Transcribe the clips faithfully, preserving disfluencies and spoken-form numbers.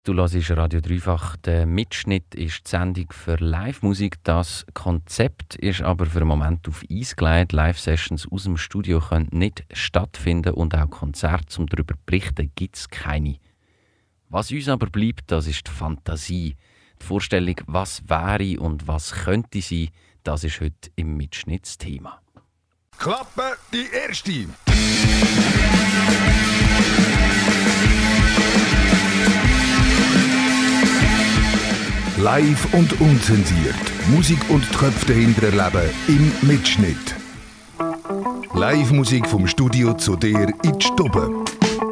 Du hörst Radio Dreifach. Der Mitschnitt ist die Sendung für Live-Musik. Das Konzept ist aber für den Moment auf Eis gelegt. Live-Sessions aus dem Studio können nicht stattfinden und auch Konzerte, um darüber zu berichten, gibt es keine. Was uns aber bleibt, das ist die Fantasie. Die Vorstellung, was wäre und was könnte sein, das ist heute im Mitschnitt das Thema. Klappe die erste! Live und unzensiert. Musik und die Köpfe dahinter erleben im Mitschnitt. Live-Musik vom Studio zu dir in die Stube.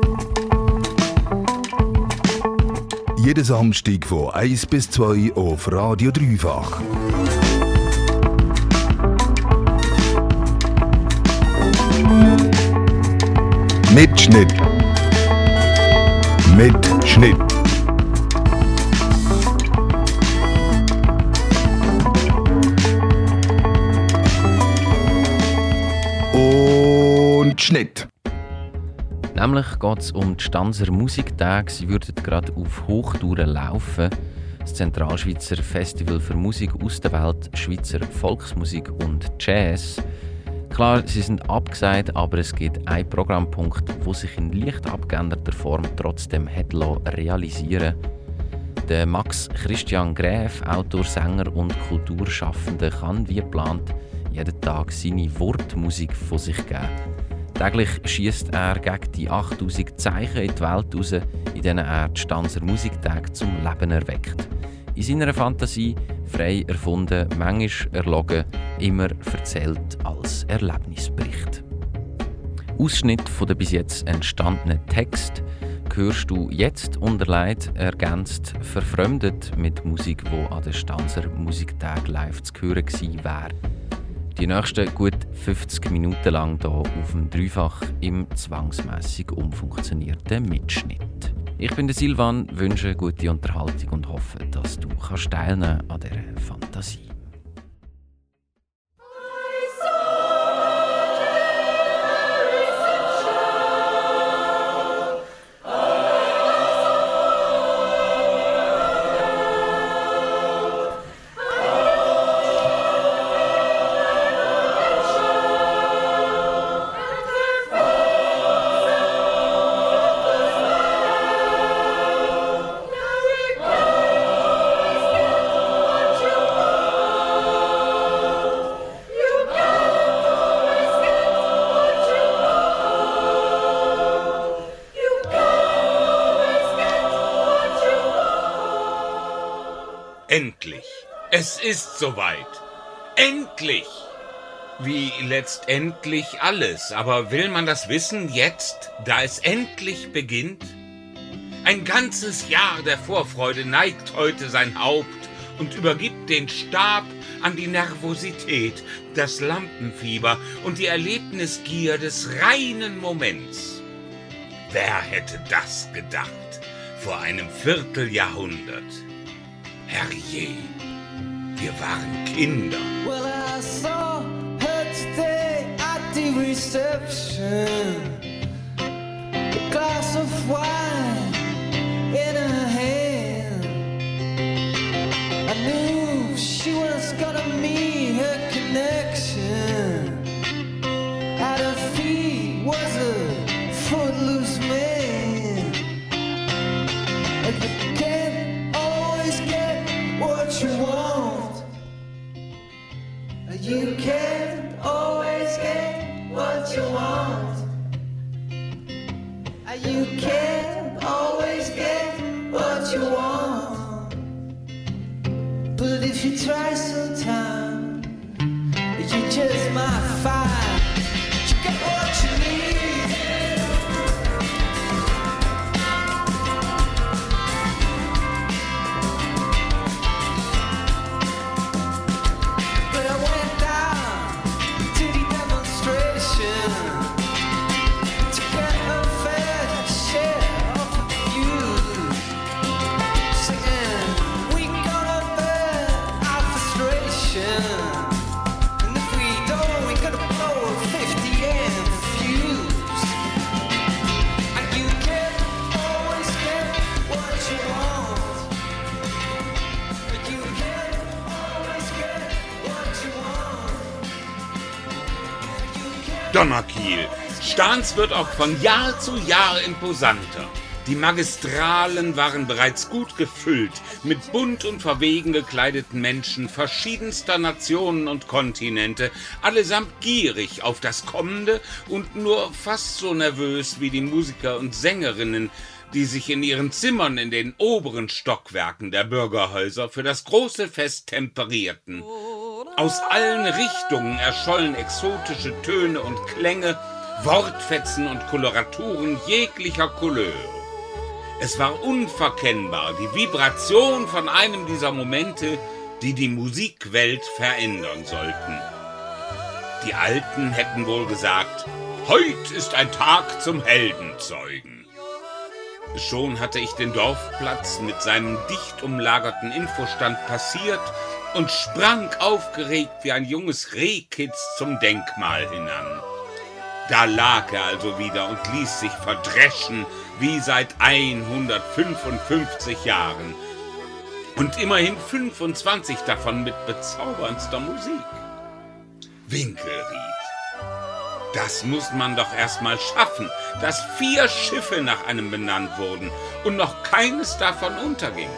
Jeden Samstag von eins bis zwei auf Radio Dreifach. Mitschnitt. Mitschnitt. Und Schnitt. Nämlich geht es um die Stanzer Musiktage. Sie würden gerade auf Hochtouren laufen. Das Zentralschweizer Festival für Musik aus der Welt, Schweizer Volksmusik und Jazz. Klar, sie sind abgesagt, aber es gibt einen Programmpunkt, der sich in leicht abgeänderter Form trotzdem hat realisieren lassen. Der Max Christian Gräf, Autor, Sänger und Kulturschaffender, kann wie geplant jeden Tag seine Wortmusik von sich geben. Täglich schiesst er gegen die achttausend Zeichen in die Welt raus, in denen er die Stanzer Musiktage zum Leben erweckt. In seiner Fantasie frei erfunden, manchmal erlogen, immer erzählt als Erlebnisbericht. Ausschnitt von der bis jetzt entstandenen Text hörst du jetzt unterlegt, ergänzt, verfremdet mit Musik, die an den Stanzer Musiktagen live zu hören gewesen wäre. Die nächsten gut fünfzig Minuten lang hier auf dem Dreifach im zwangsmässig umfunktionierten Mitschnitt. Ich bin der Silvan, wünsche gute Unterhaltung und hoffe, dass du kannst teilnehmen an dieser Fantasie. Endlich! Es ist soweit! Endlich! Wie letztendlich alles. Aber will man das wissen jetzt, da es endlich beginnt? Ein ganzes Jahr der Vorfreude neigt heute sein Haupt und übergibt den Stab an die Nervosität, das Lampenfieber und die Erlebnisgier des reinen Moments. Wer hätte das gedacht vor einem Vierteljahrhundert? Herrje, wir waren Kinder. Well, I saw her today at the reception. A glass of wine in her hand. I knew she was gonna meet her connection. At her feet was a footloose man. And you can't always get what you want. You can't always get what you want. You can't always get what you want. But if you try sometime, you just might find you get what you need. Singing, we gonna burn our frustration. Donnerkiel! Stahns wird auch von Jahr zu Jahr imposanter. Die Magistralen waren bereits gut gefüllt mit bunt und verwegen gekleideten Menschen verschiedenster Nationen und Kontinente, allesamt gierig auf das Kommende und nur fast so nervös wie die Musiker und Sängerinnen, die sich in ihren Zimmern in den oberen Stockwerken der Bürgerhäuser für das große Fest temperierten. Aus allen Richtungen erschollen exotische Töne und Klänge, Wortfetzen und Koloraturen jeglicher Couleur. Es war unverkennbar die Vibration von einem dieser Momente, die die Musikwelt verändern sollten. Die Alten hätten wohl gesagt, heut ist ein Tag zum Heldenzeugen. Schon hatte ich den Dorfplatz mit seinem dicht umlagerten Infostand passiert und sprang aufgeregt wie ein junges Rehkitz zum Denkmal hinan. Da lag er also wieder und ließ sich verdreschen wie seit hundertfünfundfünfzig Jahren. Und immerhin fünfundzwanzig davon mit bezauberndster Musik. Winkelried. Das muss man doch erst mal schaffen, dass vier Schiffe nach einem benannt wurden und noch keines davon unterging.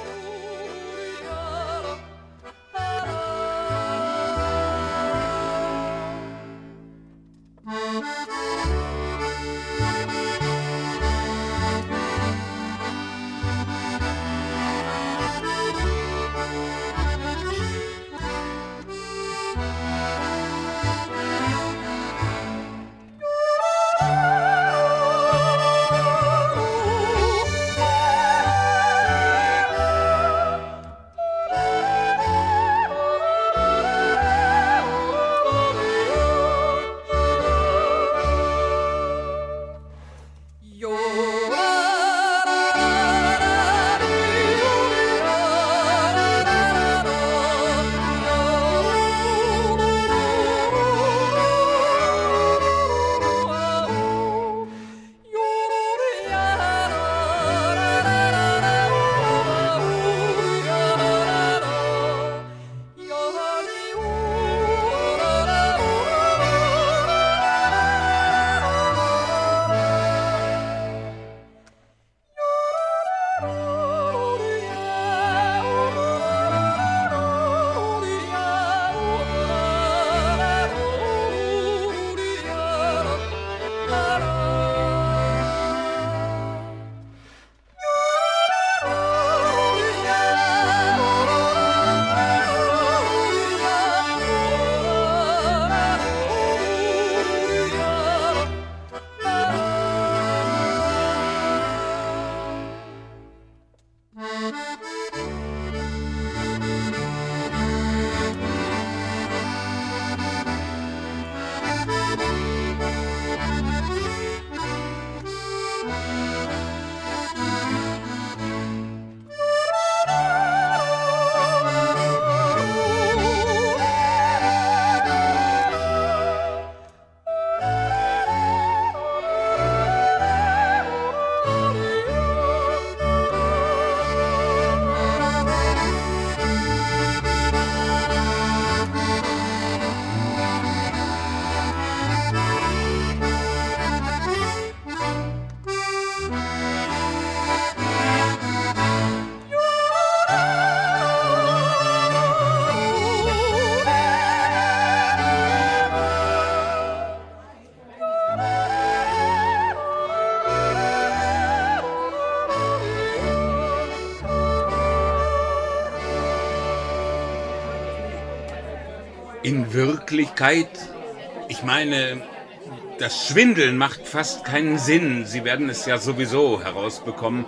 In Wirklichkeit, ich meine, das Schwindeln macht fast keinen Sinn. Sie werden es ja sowieso herausbekommen.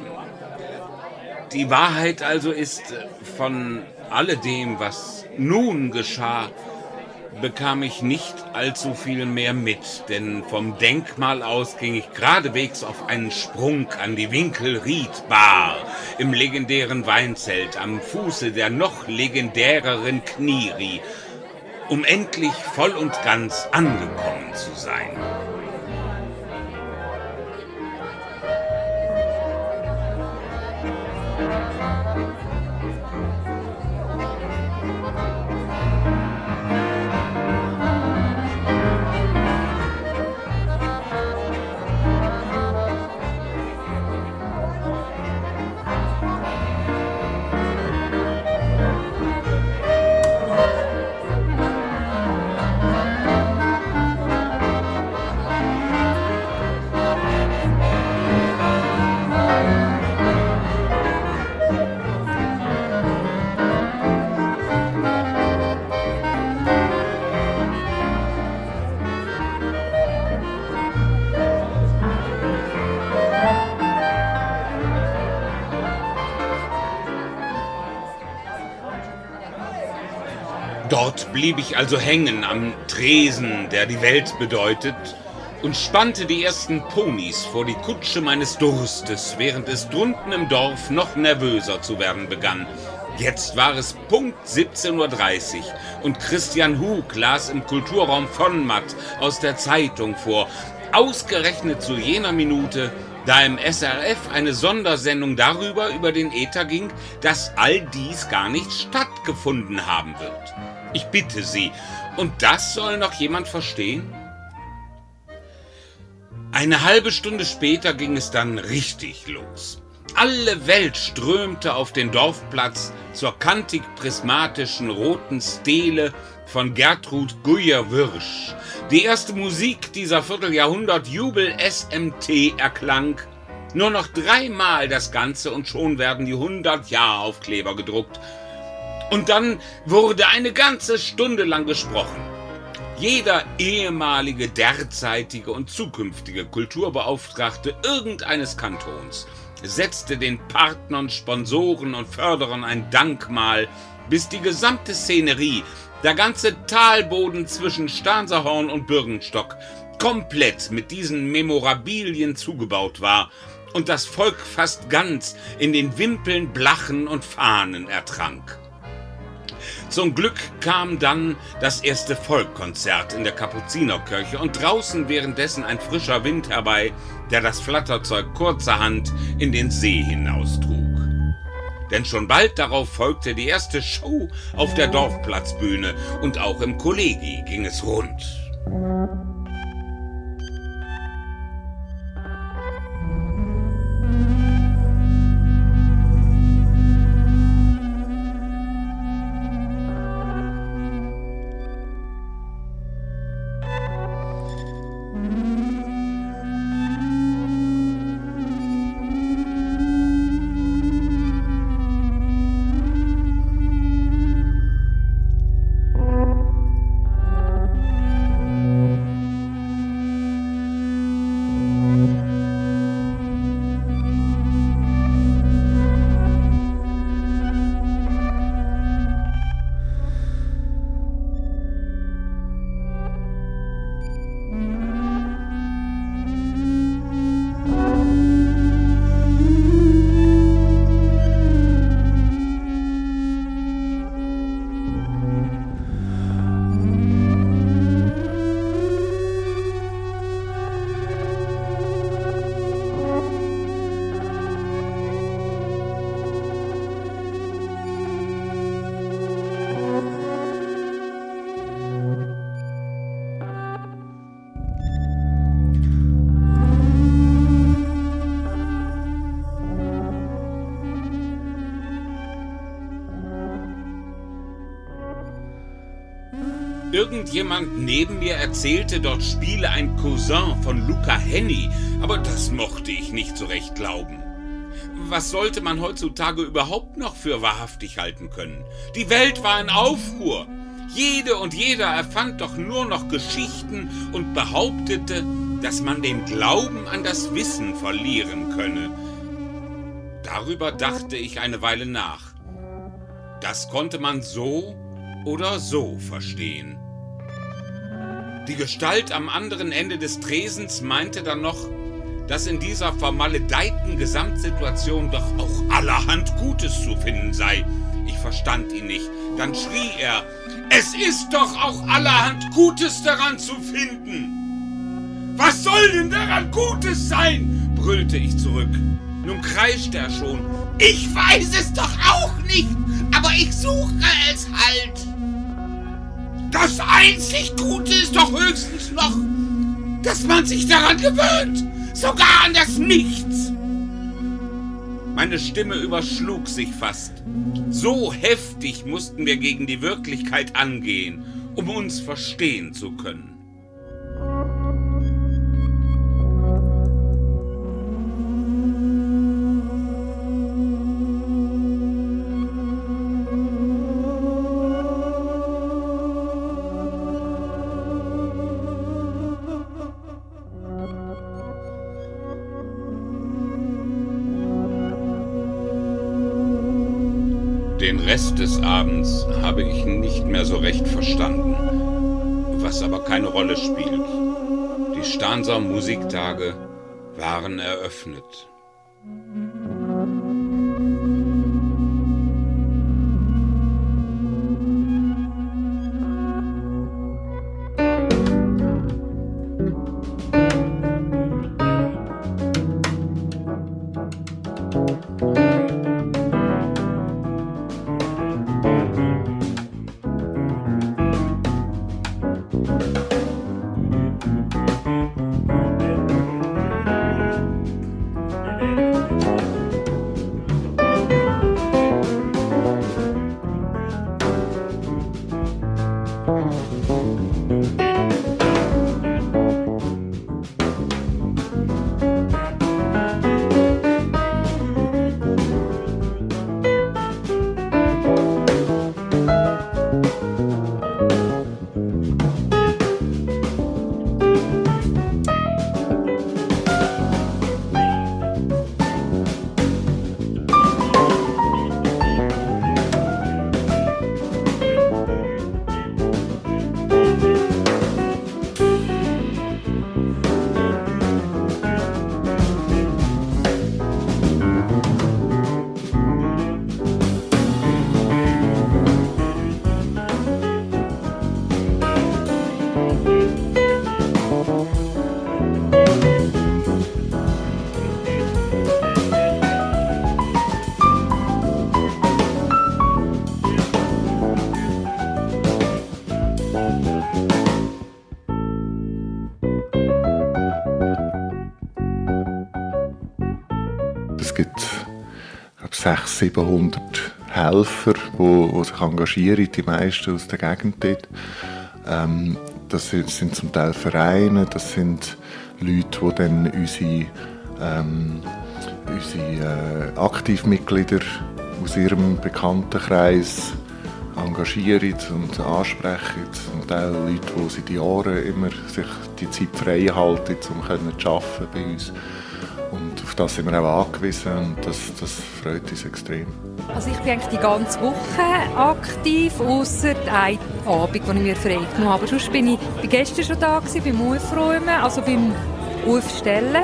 Die Wahrheit also ist, von alledem, was nun geschah, bekam ich nicht allzu viel mehr mit, denn vom Denkmal aus ging ich geradewegs auf einen Sprung an die Winkelried-Bar im legendären Weinzelt am Fuße der noch legendäreren Knieri, um endlich voll und ganz angekommen zu sein. Dort blieb ich also hängen am Tresen, der die Welt bedeutet, und spannte die ersten Ponys vor die Kutsche meines Durstes, während es drunten im Dorf noch nervöser zu werden begann. Jetzt war es Punkt siebzehn Uhr dreißig und Christian Hug las im Kulturraum von Matt aus der Zeitung vor, ausgerechnet zu jener Minute, da im S R F eine Sondersendung darüber über den Äther ging, dass all dies gar nicht stattgefunden haben wird. Ich bitte Sie, und das soll noch jemand verstehen? Eine halbe Stunde später ging es dann richtig los. Alle Welt strömte auf den Dorfplatz zur kantig-prismatischen roten Stele von Gertrud Guyer-Wirsch. Die erste Musik dieser Vierteljahrhundert-Jubel-S M T erklang. Nur noch dreimal das Ganze und schon werden die hundert-Jahr-Aufkleber gedruckt. Und dann wurde eine ganze Stunde lang gesprochen. Jeder ehemalige, derzeitige und zukünftige Kulturbeauftragte irgendeines Kantons setzte den Partnern, Sponsoren und Förderern ein Dankmal, bis die gesamte Szenerie, der ganze Talboden zwischen Starnserhorn und Bürgenstock, komplett mit diesen Memorabilien zugebaut war und das Volk fast ganz in den Wimpeln, Blachen und Fahnen ertrank. Zum Glück kam dann das erste Volkkonzert in der Kapuzinerkirche und draußen währenddessen ein frischer Wind herbei, der das Flatterzeug kurzerhand in den See hinaustrug. Denn schon bald darauf folgte die erste Show auf der Dorfplatzbühne und auch im Kollegie ging es rund. Irgendjemand neben mir erzählte, dort spiele ein Cousin von Luca Henny, aber das mochte ich nicht so recht glauben. Was sollte man heutzutage überhaupt noch für wahrhaftig halten können? Die Welt war in Aufruhr. Jede und jeder erfand doch nur noch Geschichten und behauptete, dass man den Glauben an das Wissen verlieren könne. Darüber dachte ich eine Weile nach. Das konnte man so oder so verstehen. Die Gestalt am anderen Ende des Tresens meinte dann noch, dass in dieser vermaledeiten Gesamtsituation doch auch allerhand Gutes zu finden sei. Ich verstand ihn nicht. Dann schrie er, es ist doch auch allerhand Gutes daran zu finden. Was soll denn daran Gutes sein? Brüllte ich zurück. Nun kreischte er schon. Ich weiß es doch auch nicht, aber ich suche es halt. Das einzig Gute ist doch höchstens noch, dass man sich daran gewöhnt, sogar an das Nichts. Meine Stimme überschlug sich fast. So heftig mussten wir gegen die Wirklichkeit angehen, um uns verstehen zu können. Den Rest des Abends habe ich nicht mehr so recht verstanden, was aber keine Rolle spielt. Die Starnser Musiktage waren eröffnet. Es gibt sechshundert, siebenhundert Helfer, die, die sich engagieren, die meisten aus der Gegend dort. Ähm, das sind, sind zum Teil Vereine, das sind Leute, die dann unsere, ähm, unsere äh, Aktivmitglieder aus ihrem Bekanntenkreis engagieren und ansprechen. Zum Teil Leute, die seit Jahren immer sich die Zeit frei halten, um zu arbeiten bei uns. Und auf das sind wir auch angewiesen und das, das freut uns extrem. Also ich bin eigentlich die ganze Woche aktiv, ausser einen Abend, den ich mir frei genommen habe. Aber sonst bin ich bin gestern schon da gewesen, beim Aufräumen, also beim Aufstellen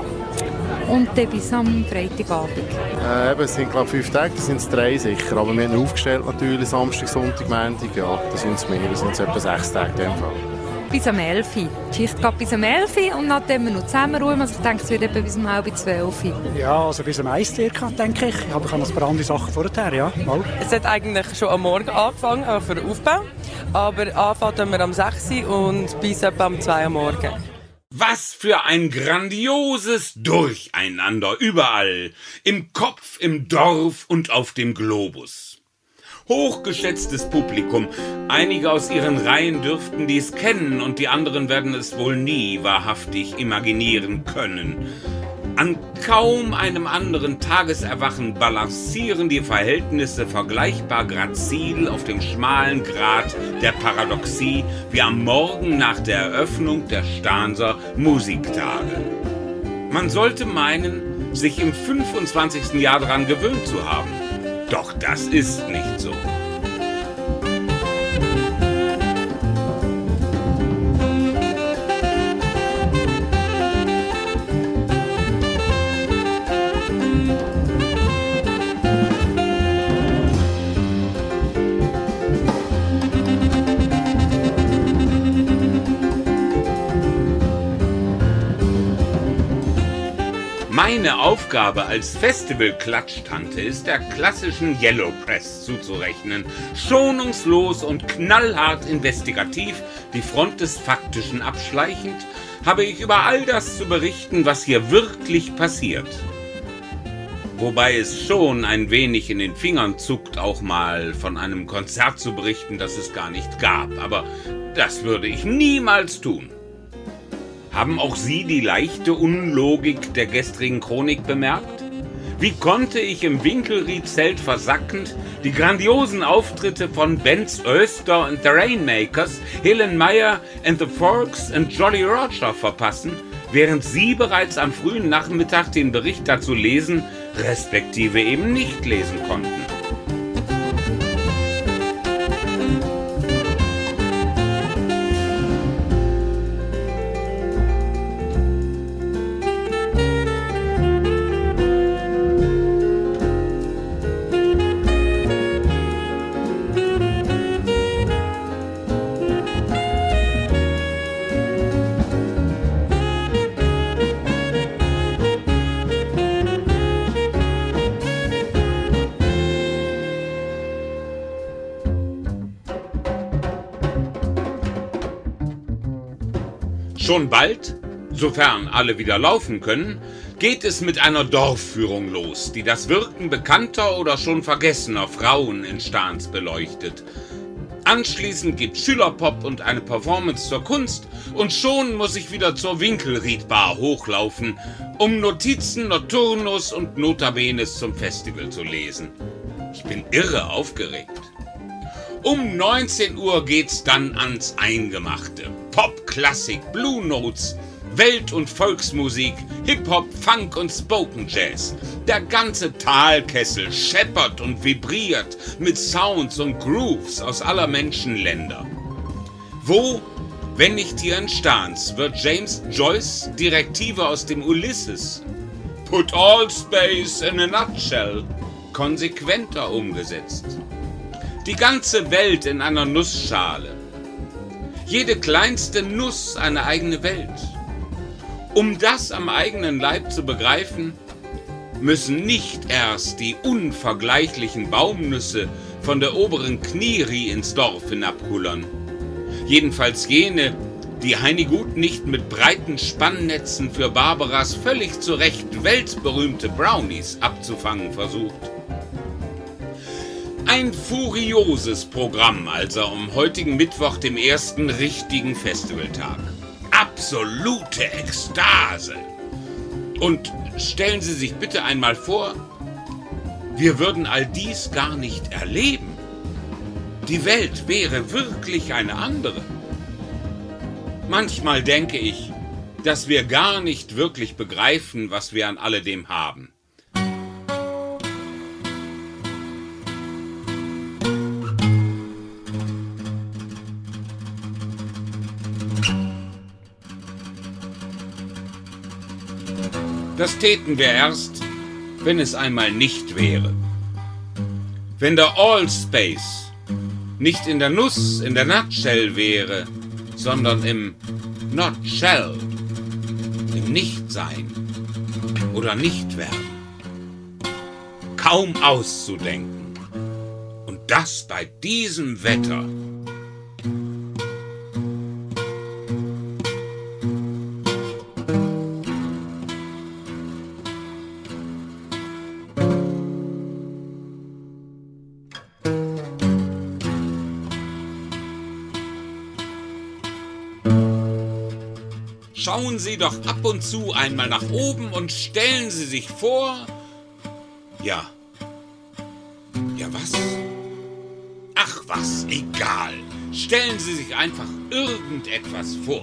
und dann bis am Freitagabend. Äh, eben, es sind glaube ich fünf Tage, das sind es drei sicher, aber wir haben aufgestellt natürlich, Samstag, Sonntag, Montag, ja, das sind es mehr, das sind es etwa sechs Tage in dem Fall. Bis am elf Uhr. Die Schicht geht bis am elf Uhr und nachdem wir noch zusammen räumen, also ich denke, es wird etwa bis um halb zwölf Uhr. Ja, also bis um eins circa, denke ich. Aber ich habe noch ein paar andere Sachen vorher, ja. Mal. Es hat eigentlich schon am Morgen angefangen, auch für den Aufbau. Aber anfangen wir am sechs Uhr und bis etwa um zwei Uhr am Morgen. Was für ein grandioses Durcheinander überall. Im Kopf, im Dorf und auf dem Globus. Hochgeschätztes Publikum. Einige aus ihren Reihen dürften dies kennen und die anderen werden es wohl nie wahrhaftig imaginieren können. An kaum einem anderen Tageserwachen balancieren die Verhältnisse vergleichbar grazil auf dem schmalen Grat der Paradoxie wie am Morgen nach der Eröffnung der Starnser Musiktage. Man sollte meinen, sich im fünfundzwanzigsten Jahr daran gewöhnt zu haben. Doch das ist nicht so. Meine Aufgabe als Festival-Klatsch-Tante ist der klassischen Yellow Press zuzurechnen. Schonungslos und knallhart investigativ, die Front des Faktischen abschleichend, habe ich über all das zu berichten, was hier wirklich passiert. Wobei es schon ein wenig in den Fingern zuckt, auch mal von einem Konzert zu berichten, das es gar nicht gab. Aber das würde ich niemals tun. Haben auch Sie die leichte Unlogik der gestrigen Chronik bemerkt? Wie konnte ich im Winkelried-Zelt versackend die grandiosen Auftritte von Benz Oester and the Rainmakers, Helen Meyer and the Forks und Jolly Roger verpassen, während Sie bereits am frühen Nachmittag den Bericht dazu lesen, respektive eben nicht lesen konnten? Schon bald, sofern alle wieder laufen können, geht es mit einer Dorfführung los, die das Wirken bekannter oder schon vergessener Frauen in Stahns beleuchtet. Anschließend gibt Schülerpop und eine Performance zur Kunst und schon muss ich wieder zur Winkelriedbar hochlaufen, um Notizen, Nocturnus und Notabenes zum Festival zu lesen. Ich bin irre aufgeregt. Um neunzehn Uhr geht's dann ans Eingemachte. Pop, Klassik, Blue Notes, Welt- und Volksmusik, Hip-Hop, Funk und Spoken Jazz. Der ganze Talkessel scheppert und vibriert mit Sounds und Grooves aus aller Menschenländer. Wo, wenn nicht hier in Stahns, wird James Joyce Direktive aus dem Ulysses, Put all space in a nutshell, konsequenter umgesetzt. Die ganze Welt in einer Nussschale. Jede kleinste Nuss eine eigene Welt. Um das am eigenen Leib zu begreifen, müssen nicht erst die unvergleichlichen Baumnüsse von der oberen Knieri ins Dorf hinabkullern. Jedenfalls jene, die Heini Gut nicht mit breiten Spannnetzen für Barbaras völlig zu Recht weltberühmte Brownies abzufangen versucht. Ein furioses Programm also am heutigen Mittwoch, dem ersten richtigen Festivaltag. Absolute Ekstase. Und stellen Sie sich bitte einmal vor, wir würden all dies gar nicht erleben. Die Welt wäre wirklich eine andere. Manchmal denke ich, dass wir gar nicht wirklich begreifen, was wir an alledem haben. Das täten wir erst, wenn es einmal nicht wäre. Wenn der All-Space nicht in der Nuss, in der Nutshell wäre, sondern im Not-Shell, im Nichtsein oder Nichtwerden. Kaum auszudenken. Und das bei diesem Wetter. Schauen Sie doch ab und zu einmal nach oben und stellen Sie sich vor... Ja. Ja, was? Ach was, egal. Stellen Sie sich einfach irgendetwas vor.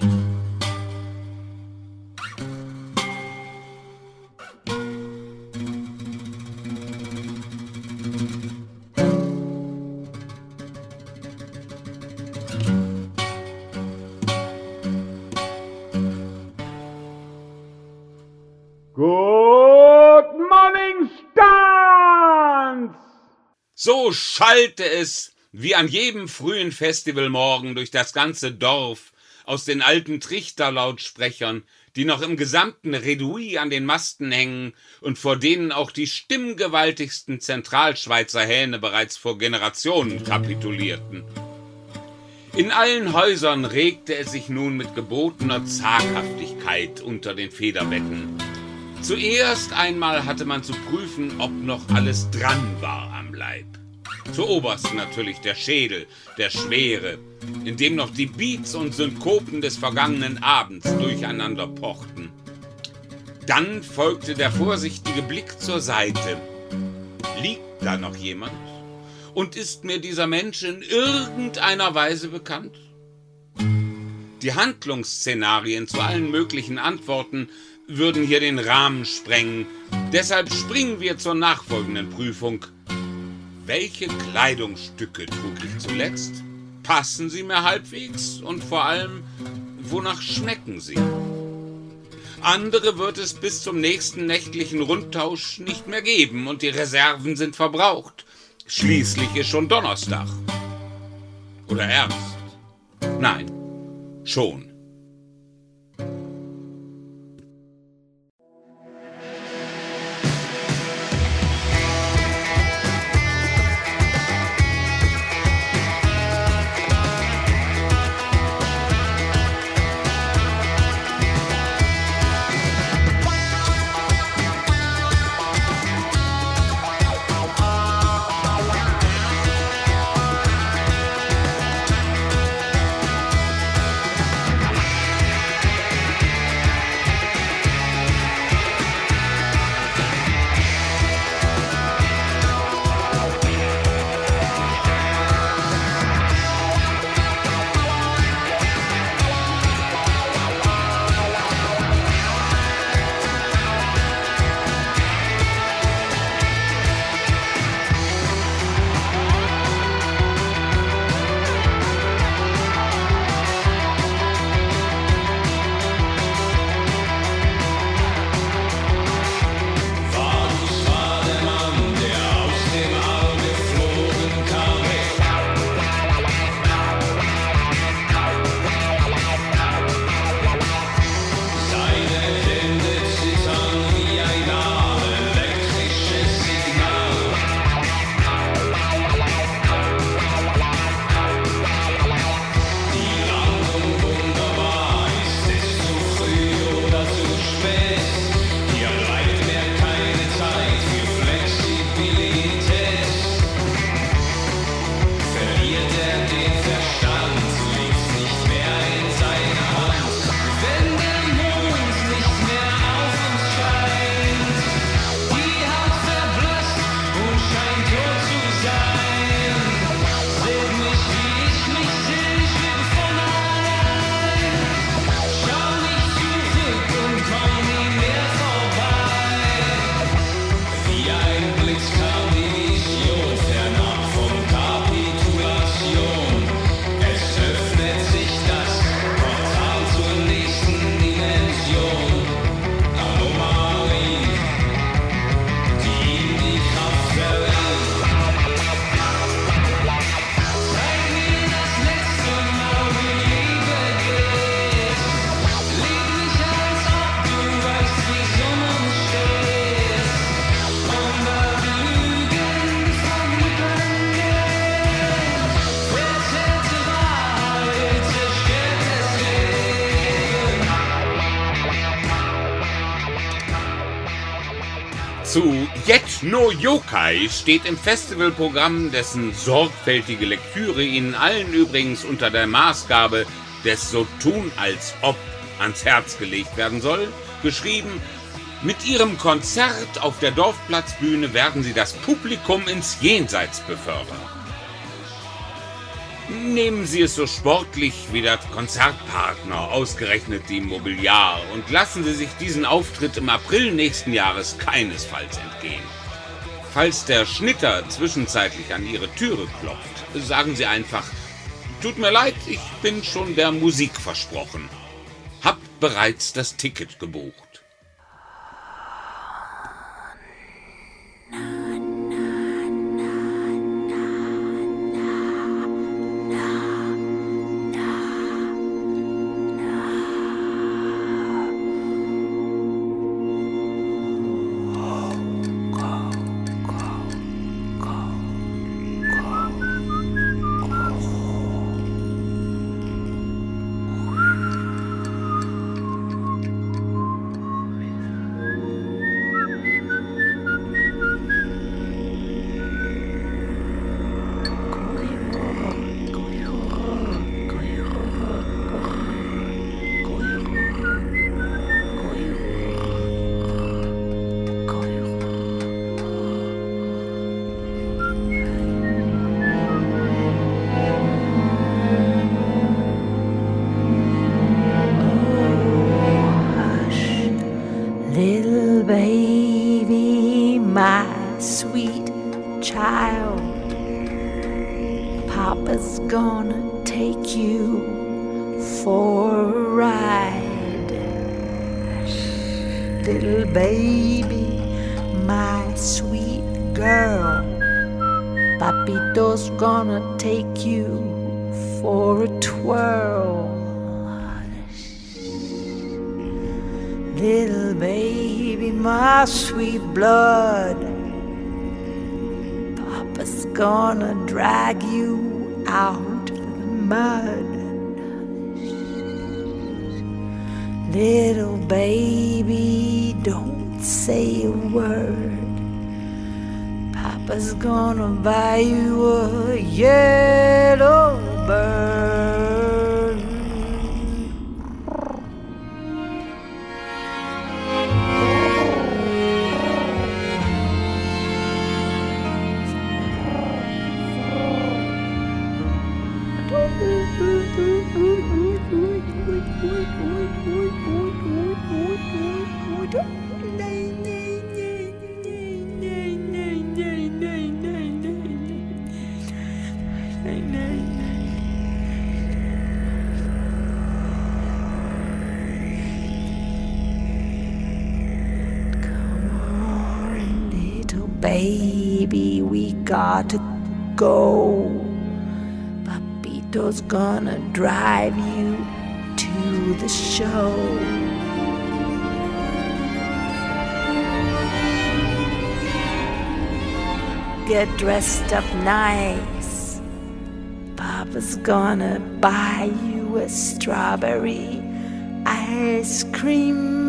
Good morning, Stahns! So schallte es wie an jedem frühen Festivalmorgen durch das ganze Dorf aus den alten Trichterlautsprechern, die noch im gesamten Redouis an den Masten hängen und vor denen auch die stimmgewaltigsten Zentralschweizer Hähne bereits vor Generationen kapitulierten. In allen Häusern regte es sich nun mit gebotener Zaghaftigkeit unter den Federbetten. Zuerst einmal hatte man zu prüfen, ob noch alles dran war am Leib. Zuoberst natürlich der Schädel, der schwere, in dem noch die Beats und Synkopen des vergangenen Abends durcheinander pochten. Dann folgte der vorsichtige Blick zur Seite. Liegt da noch jemand? Und ist mir dieser Mensch in irgendeiner Weise bekannt? Die Handlungsszenarien zu allen möglichen Antworten würden hier den Rahmen sprengen. Deshalb springen wir zur nachfolgenden Prüfung. Welche Kleidungsstücke trug ich zuletzt? Passen sie mir halbwegs? Und vor allem, wonach schmecken sie? Andere wird es bis zum nächsten nächtlichen Rundtausch nicht mehr geben und die Reserven sind verbraucht. Schließlich ist schon Donnerstag. Oder erst? Nein, schon. zu Yet No Yokai steht im Festivalprogramm, dessen sorgfältige Lektüre Ihnen allen übrigens unter der Maßgabe des So tun als ob ans Herz gelegt werden soll, geschrieben: Mit Ihrem Konzert auf der Dorfplatzbühne werden Sie das Publikum ins Jenseits befördern. Nehmen Sie es so sportlich wie der Konzertpartner, ausgerechnet die Mobiliar, und lassen Sie sich diesen Auftritt im April nächsten Jahres keinesfalls entgehen. Falls der Schnitter zwischenzeitlich an Ihre Türe klopft, sagen Sie einfach: Tut mir leid, ich bin schon der Musik versprochen. Hab bereits das Ticket gebucht. Baby, my sweet child, Papa's gonna take you for a ride. Little baby, my sweet girl, Papito's gonna take you for a twirl. Little baby, my sweet blood, Papa's gonna drag you out of the mud. Little baby, don't say a word, Papa's gonna buy you a yellow bird. Baby, we gotta go. Papito's gonna drive you to the show. Get dressed up nice. Papa's gonna buy you a strawberry ice cream.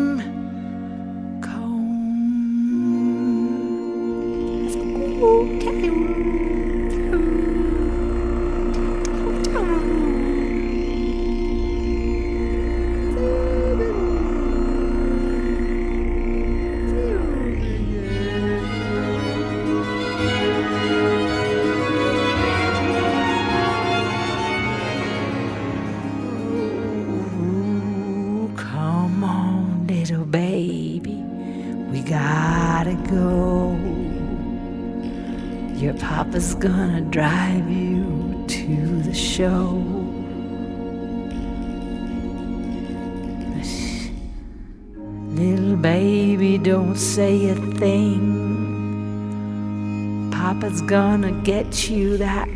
Papa's gonna drive you to the show. Little baby, don't say a thing. Papa's gonna get you that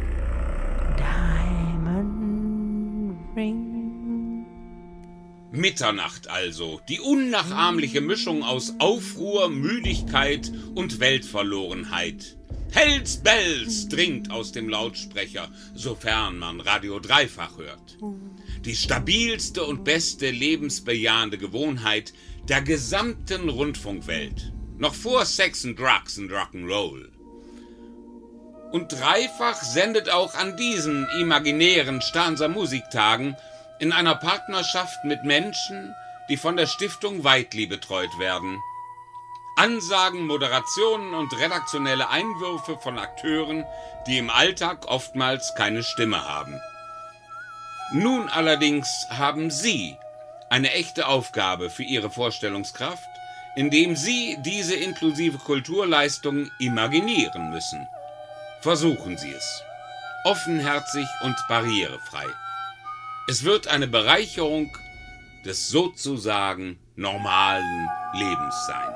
diamond ring. Mitternacht also, die unnachahmliche Mischung aus Aufruhr, Müdigkeit und Weltverlorenheit. Hells Bells dringt aus dem Lautsprecher, sofern man Radio Dreifach hört. Die stabilste und beste lebensbejahende Gewohnheit der gesamten Rundfunkwelt. Noch vor Sex and Drugs and Rock'n'Roll. Und dreifach sendet auch an diesen imaginären Starnser Musiktagen in einer Partnerschaft mit Menschen, die von der Stiftung Weidli betreut werden. Ansagen, Moderationen und redaktionelle Einwürfe von Akteuren, die im Alltag oftmals keine Stimme haben. Nun allerdings haben Sie eine echte Aufgabe für Ihre Vorstellungskraft, indem Sie diese inklusive Kulturleistung imaginieren müssen. Versuchen Sie es. Offenherzig und barrierefrei. Es wird eine Bereicherung des sozusagen normalen Lebens sein.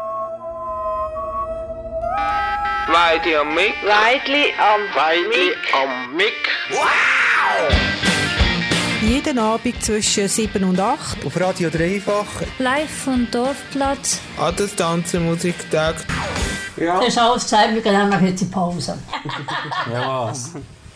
Weidli am Mic. Weidli am Weidli am Mic. Wow! Jeden Abend zwischen sieben und acht. Auf Radio Dreifach. Live vom Dorfplatz. An das Tanzenmusiktag. Ja. Das ist alles gesagt, wir gehen einfach jetzt in Pause. Ja, was?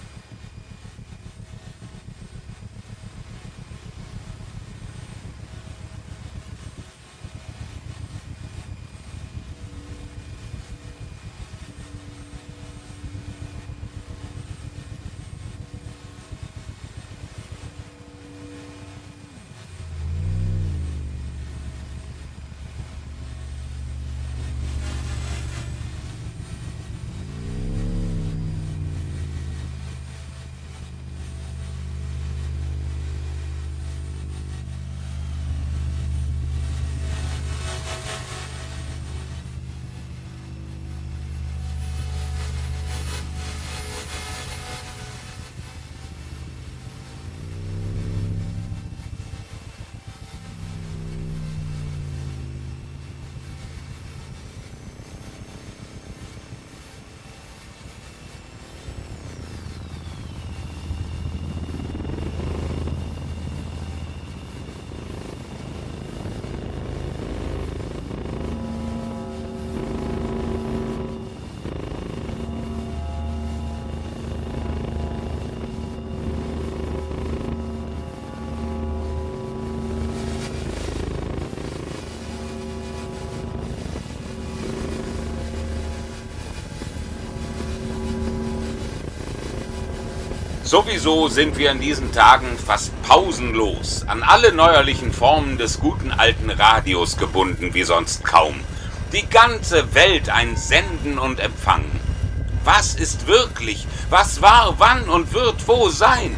Sowieso sind wir in diesen Tagen fast pausenlos an alle neuerlichen Formen des guten alten Radios gebunden wie sonst kaum. Die ganze Welt ein Senden und Empfangen. Was ist wirklich? Was war, wann und wird wo sein?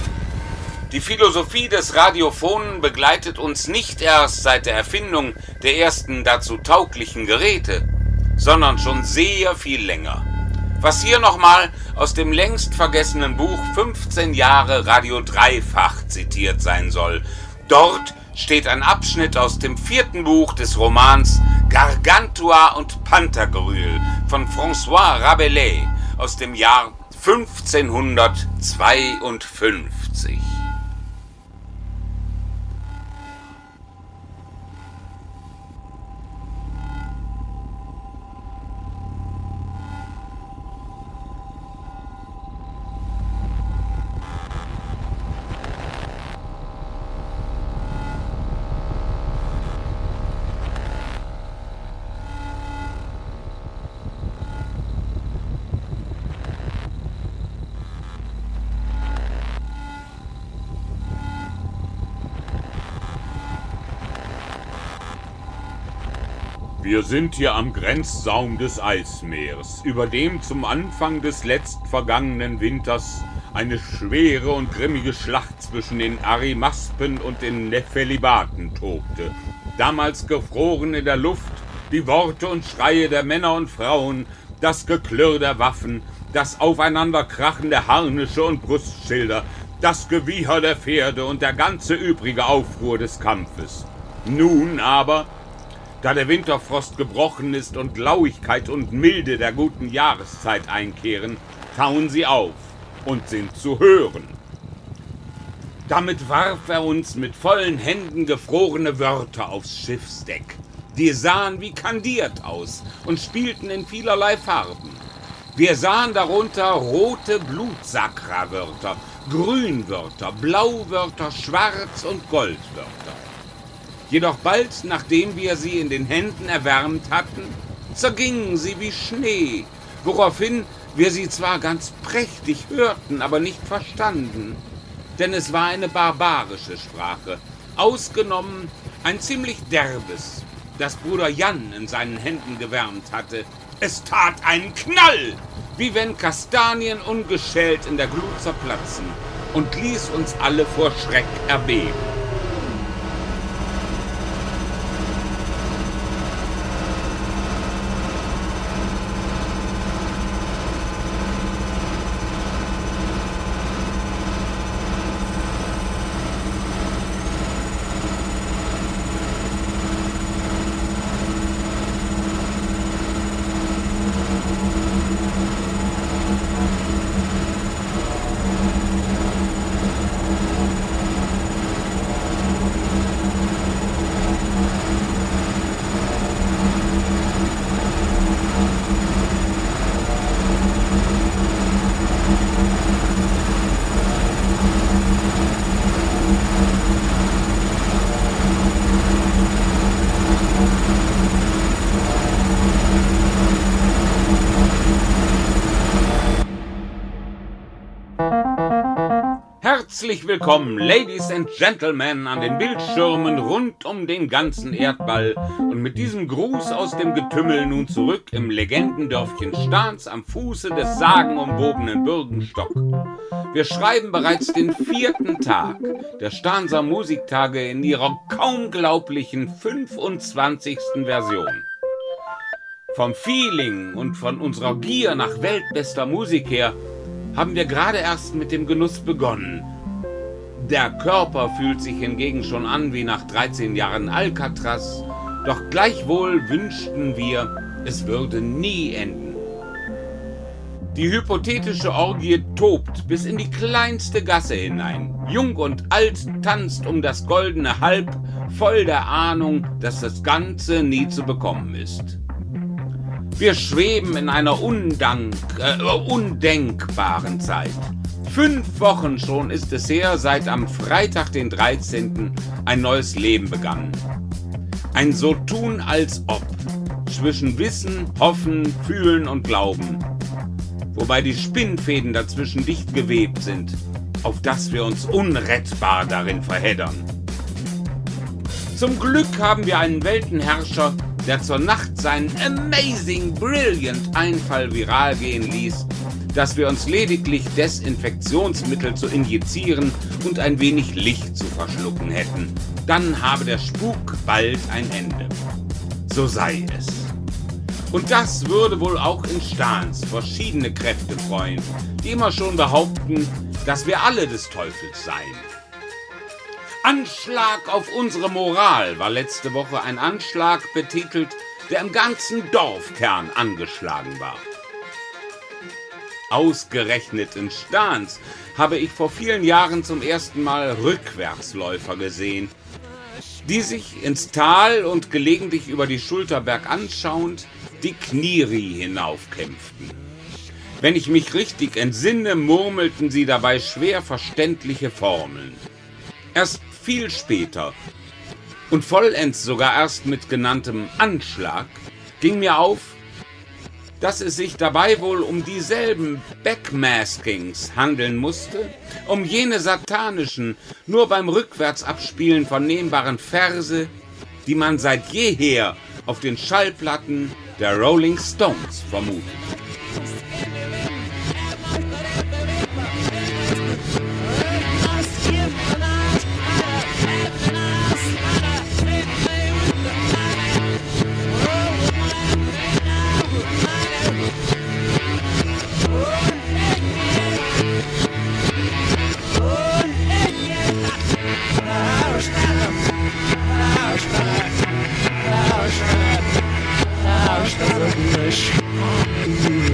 Die Philosophie des Radiophonen begleitet uns nicht erst seit der Erfindung der ersten dazu tauglichen Geräte, sondern schon sehr viel länger. Was hier nochmal aus dem längst vergessenen Buch fünfzehn Jahre Radio Dreifach zitiert sein soll. Dort steht ein Abschnitt aus dem vierten Buch des Romans Gargantua und Pantagruel von François Rabelais aus dem Jahr fünfzehnhundertzweiundfünfzig. Wir sind hier am Grenzsaum des Eismeers, über dem zum Anfang des letztvergangenen Winters eine schwere und grimmige Schlacht zwischen den Arimaspen und den Nephelibaten tobte. Damals gefroren in der Luft die Worte und Schreie der Männer und Frauen, das Geklirr der Waffen, das Aufeinanderkrachen der Harnische und Brustschilder, das Gewieher der Pferde und der ganze übrige Aufruhr des Kampfes. Nun aber, da der Winterfrost gebrochen ist und Lauigkeit und Milde der guten Jahreszeit einkehren, tauen sie auf und sind zu hören. Damit warf er uns mit vollen Händen gefrorene Wörter aufs Schiffsdeck. Die sahen wie kandiert aus und spielten in vielerlei Farben. Wir sahen darunter rote Blutsakra-Wörter, Grünwörter, Blauwörter, Schwarz- und Goldwörter. Jedoch bald, nachdem wir sie in den Händen erwärmt hatten, zergingen sie wie Schnee, woraufhin wir sie zwar ganz prächtig hörten, aber nicht verstanden, denn es war eine barbarische Sprache, ausgenommen ein ziemlich derbes, das Bruder Jan in seinen Händen gewärmt hatte. Es tat einen Knall, wie wenn Kastanien ungeschält in der Glut zerplatzen, und ließ uns alle vor Schreck erbeben. Herzlich willkommen, Ladies and Gentlemen, an den Bildschirmen rund um den ganzen Erdball und mit diesem Gruß aus dem Getümmel nun zurück im Legendendörfchen Stahns am Fuße des sagenumwobenen Bürgenstock. Wir schreiben bereits den vierten Tag der Stahnser Musiktage in ihrer kaum glaublichen fünfundzwanzigsten Version. Vom Feeling und von unserer Gier nach weltbester Musik her haben wir gerade erst mit dem Genuss begonnen. Der Körper fühlt sich hingegen schon an wie nach dreizehn Jahren Alcatraz, doch gleichwohl wünschten wir, es würde nie enden. Die hypothetische Orgie tobt bis in die kleinste Gasse hinein. Jung und alt tanzt um das goldene Halb, voll der Ahnung, dass das Ganze nie zu bekommen ist. Wir schweben in einer undank, äh, undenkbaren Zeit. Fünf Wochen schon ist es her, seit am Freitag, den dreizehnten ein neues Leben begann. Ein so tun als ob, zwischen Wissen, Hoffen, Fühlen und Glauben. Wobei die Spinnfäden dazwischen dicht gewebt sind, auf dass wir uns unrettbar darin verheddern. Zum Glück haben wir einen Weltenherrscher, der zur Nacht seinen amazing, brilliant Einfall viral gehen ließ, dass wir uns lediglich Desinfektionsmittel zu injizieren und ein wenig Licht zu verschlucken hätten. Dann habe der Spuk bald ein Ende. So sei es. Und das würde wohl auch in Stahns verschiedene Kräfte freuen, die immer schon behaupten, dass wir alle des Teufels seien. Anschlag auf unsere Moral war letzte Woche ein Anschlag betitelt, der im ganzen Dorfkern angeschlagen war. Ausgerechnet in Stahns habe ich vor vielen Jahren zum ersten Mal Rückwärtsläufer gesehen, die sich ins Tal und gelegentlich über die Schulter berganschauend die Knieri hinaufkämpften. Wenn ich mich richtig entsinne, murmelten sie dabei schwer verständliche Formeln. Erst viel später und vollends sogar erst mit genanntem Anschlag ging mir auf, dass es sich dabei wohl um dieselben Backmaskings handeln musste, um jene satanischen, nur beim Rückwärtsabspielen vernehmbaren Verse, die man seit jeher auf den Schallplatten der Rolling Stones vermutet. English.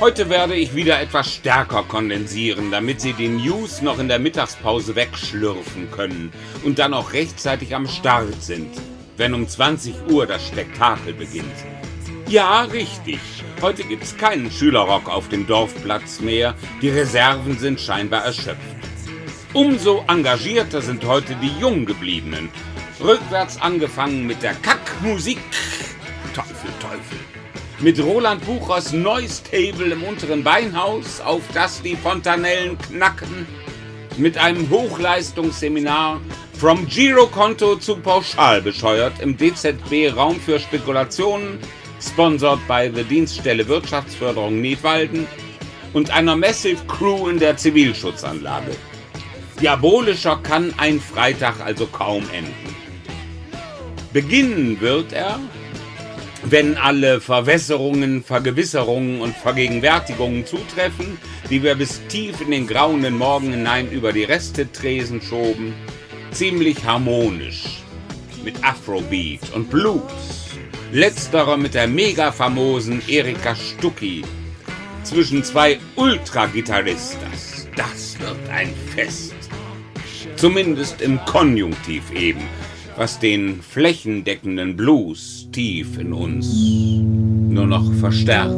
Heute werde ich wieder etwas stärker kondensieren, damit Sie die News noch in der Mittagspause wegschlürfen können und dann auch rechtzeitig am Start sind, wenn um zwanzig Uhr das Spektakel beginnt. Ja, richtig. Heute gibt's keinen Schülerrock auf dem Dorfplatz mehr. Die Reserven sind scheinbar erschöpft. Umso engagierter sind heute die Junggebliebenen. Rückwärts angefangen mit der Kackmusik. Teufel, Teufel. Mit Roland Buchers Noise Table im unteren Beinhaus, auf das die Fontanellen knacken. Mit einem Hochleistungsseminar From Girokonto zu pauschal bescheuert im D Z B Raum für Spekulationen, sponsored by the Dienststelle Wirtschaftsförderung Nidwalden und einer Massive Crew in der Zivilschutzanlage. Diabolischer kann ein Freitag also kaum enden. Beginnen wird er, wenn alle Verwässerungen, Vergewisserungen und Vergegenwärtigungen zutreffen, die wir bis tief in den grauenden Morgen hinein über die Restetresen schoben, ziemlich harmonisch mit Afrobeat und Blues. Letzterer mit der mega famosen Erika Stucki zwischen zwei Ultra-Gitarristas. Das wird ein Fest. Zumindest im Konjunktiv eben, was den flächendeckenden Blues tief in uns nur noch verstärkt.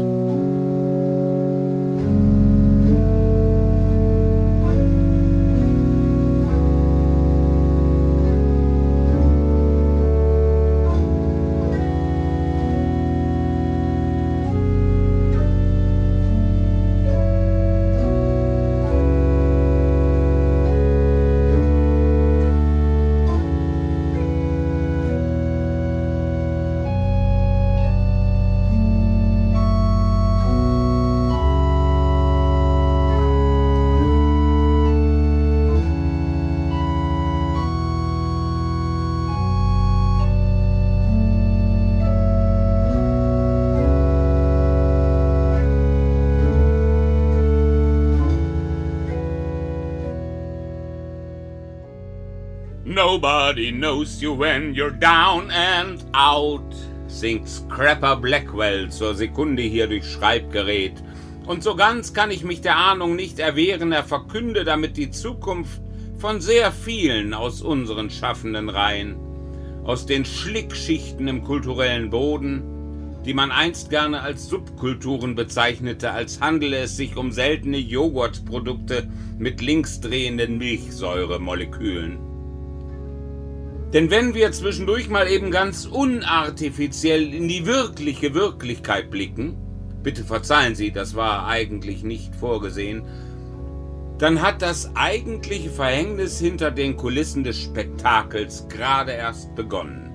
Nobody knows you when you're down and out, singt Scrapper Blackwell zur Sekunde hier durch Schreibgerät. Und so ganz kann ich mich der Ahnung nicht erwehren, er verkünde damit die Zukunft von sehr vielen aus unseren schaffenden Reihen, aus den Schlickschichten im kulturellen Boden, die man einst gerne als Subkulturen bezeichnete, als handele es sich um seltene Joghurtprodukte mit linksdrehenden Milchsäuremolekülen. Denn wenn wir zwischendurch mal eben ganz unartifiziell in die wirkliche Wirklichkeit blicken, bitte verzeihen Sie, das war eigentlich nicht vorgesehen, dann hat das eigentliche Verhängnis hinter den Kulissen des Spektakels gerade erst begonnen.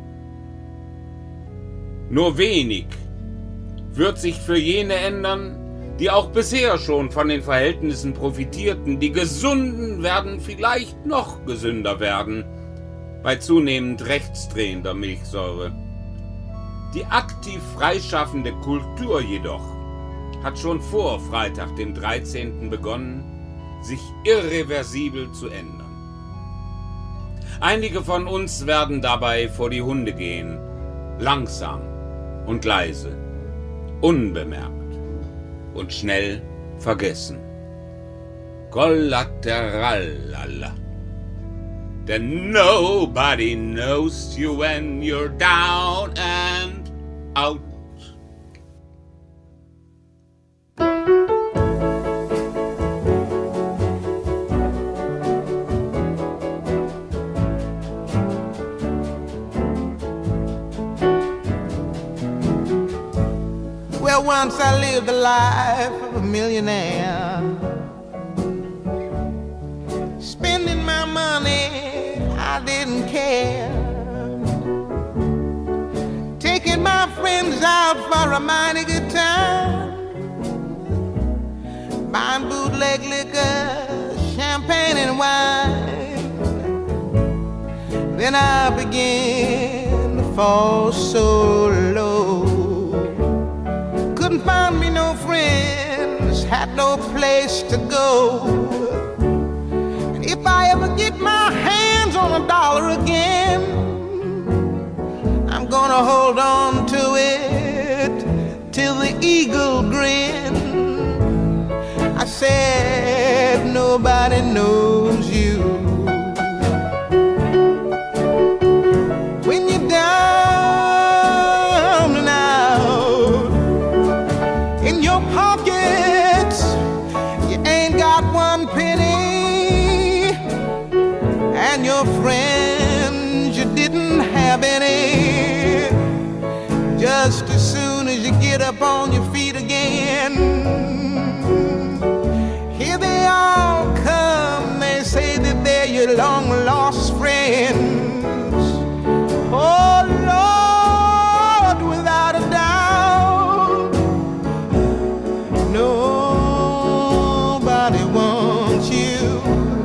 Nur wenig wird sich für jene ändern, die auch bisher schon von den Verhältnissen profitierten. Die Gesunden werden vielleicht noch gesünder werden, bei zunehmend rechtsdrehender Milchsäure. Die aktiv freischaffende Kultur jedoch hat schon vor Freitag, dem dreizehnten begonnen, sich irreversibel zu ändern. Einige von uns werden dabei vor die Hunde gehen, langsam und leise, unbemerkt und schnell vergessen. Kollateralala. Then nobody knows you when you're down and out. Well, once I lived the life of a millionaire, spending my money I didn't care, taking my friends out for a mighty good time, buying bootleg liquor, champagne and wine. Then I began to fall so low, couldn't find me no friends, had no place to go. And if I ever get my hands on a dollar again, I'm gonna hold on to it till the eagle grins. said nobody knows you. When you're down and out, in your pockets you ain't got one penny, and your friends you didn't have any. Just as soon as you get up on your feet again, here they all come. They say that they're your long lost friends. Oh Lord, without a doubt, nobody wants you.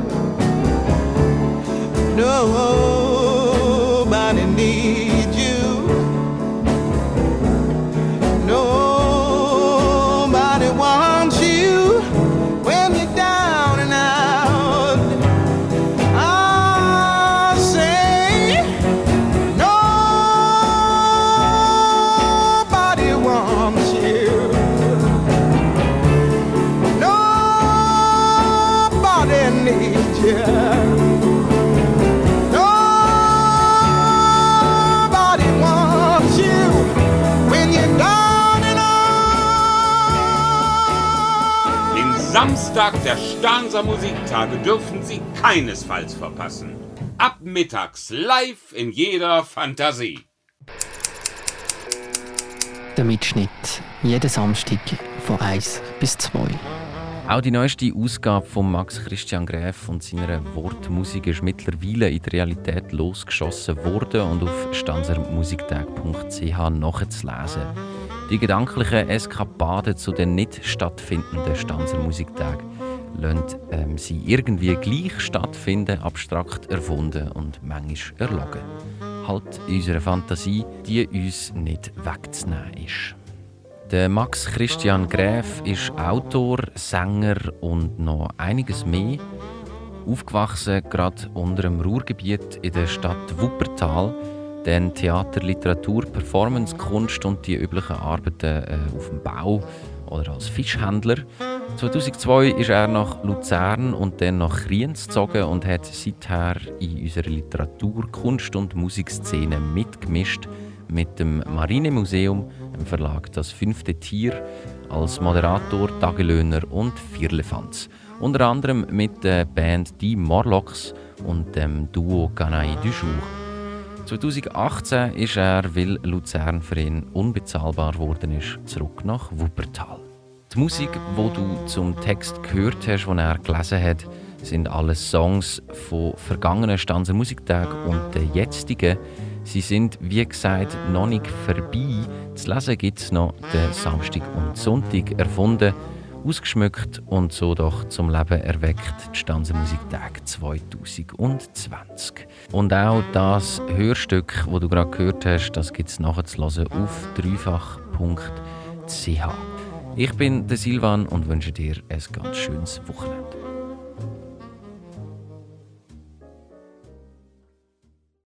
Nobody needs you. Nobody wants you when you're down and out. I say nobody wants you. Nobody needs you. Nobody wants you when you're down and out. Den Samstag der Starnser Musiktage dürfen Sie keinesfalls verpassen. Ab mittags live in jeder Fantasie. Der Mitschnitt. Jeden Samstag von eins bis zwei. Auch die neueste Ausgabe von Max Christian Gräf und seiner Wortmusik ist mittlerweile in die Realität losgeschossen worden und auf stanzermusiktag punkt c h nachzulesen. Die gedanklichen Eskapaden zu den nicht stattfindenden Stanzer Musiktagen lassen ähm, sie irgendwie gleich stattfinden, abstrakt erfunden und manchmal erlogen. Halt in unserer Fantasie, die uns nicht wegzunehmen ist. Der Max Christian Gräf ist Autor, Sänger und noch einiges mehr. Aufgewachsen gerade unter dem Ruhrgebiet in der Stadt Wuppertal, dann Theater, Literatur, Performance, Kunst und die üblichen Arbeiten äh, auf dem Bau oder als Fischhändler. zweitausendzwei ist er nach Luzern und dann nach Kriens gezogen und hat seither in unserer Literatur-, Kunst- und Musikszene mitgemischt mit dem Marinemuseum, im Verlag Das Fünfte Tier, als Moderator, Tagelöhner und Firlefanz. Unter anderem mit der Band Die Morlocks und dem Duo Canaille du Jour. zweitausendachtzehn ist er, weil Luzern für ihn unbezahlbar geworden ist, zurück nach Wuppertal. Die Musik, die du zum Text gehört hast, den er gelesen hat, sind alles Songs von vergangenen Stanzer Musiktagen und den jetzigen. Sie sind, wie gesagt, noch nicht vorbei. Zu lesen gibt es noch den Samstag und Sonntag erfunden, ausgeschmückt und so doch zum Leben erweckt, die Stanzer Musiktage zweitausendzwanzig. Und auch das Hörstück, das du gerade gehört hast, das gibt es nachzulesen auf dreifach punkt c h. Ich bin der Silvan und wünsche dir ein ganz schönes Wochenende.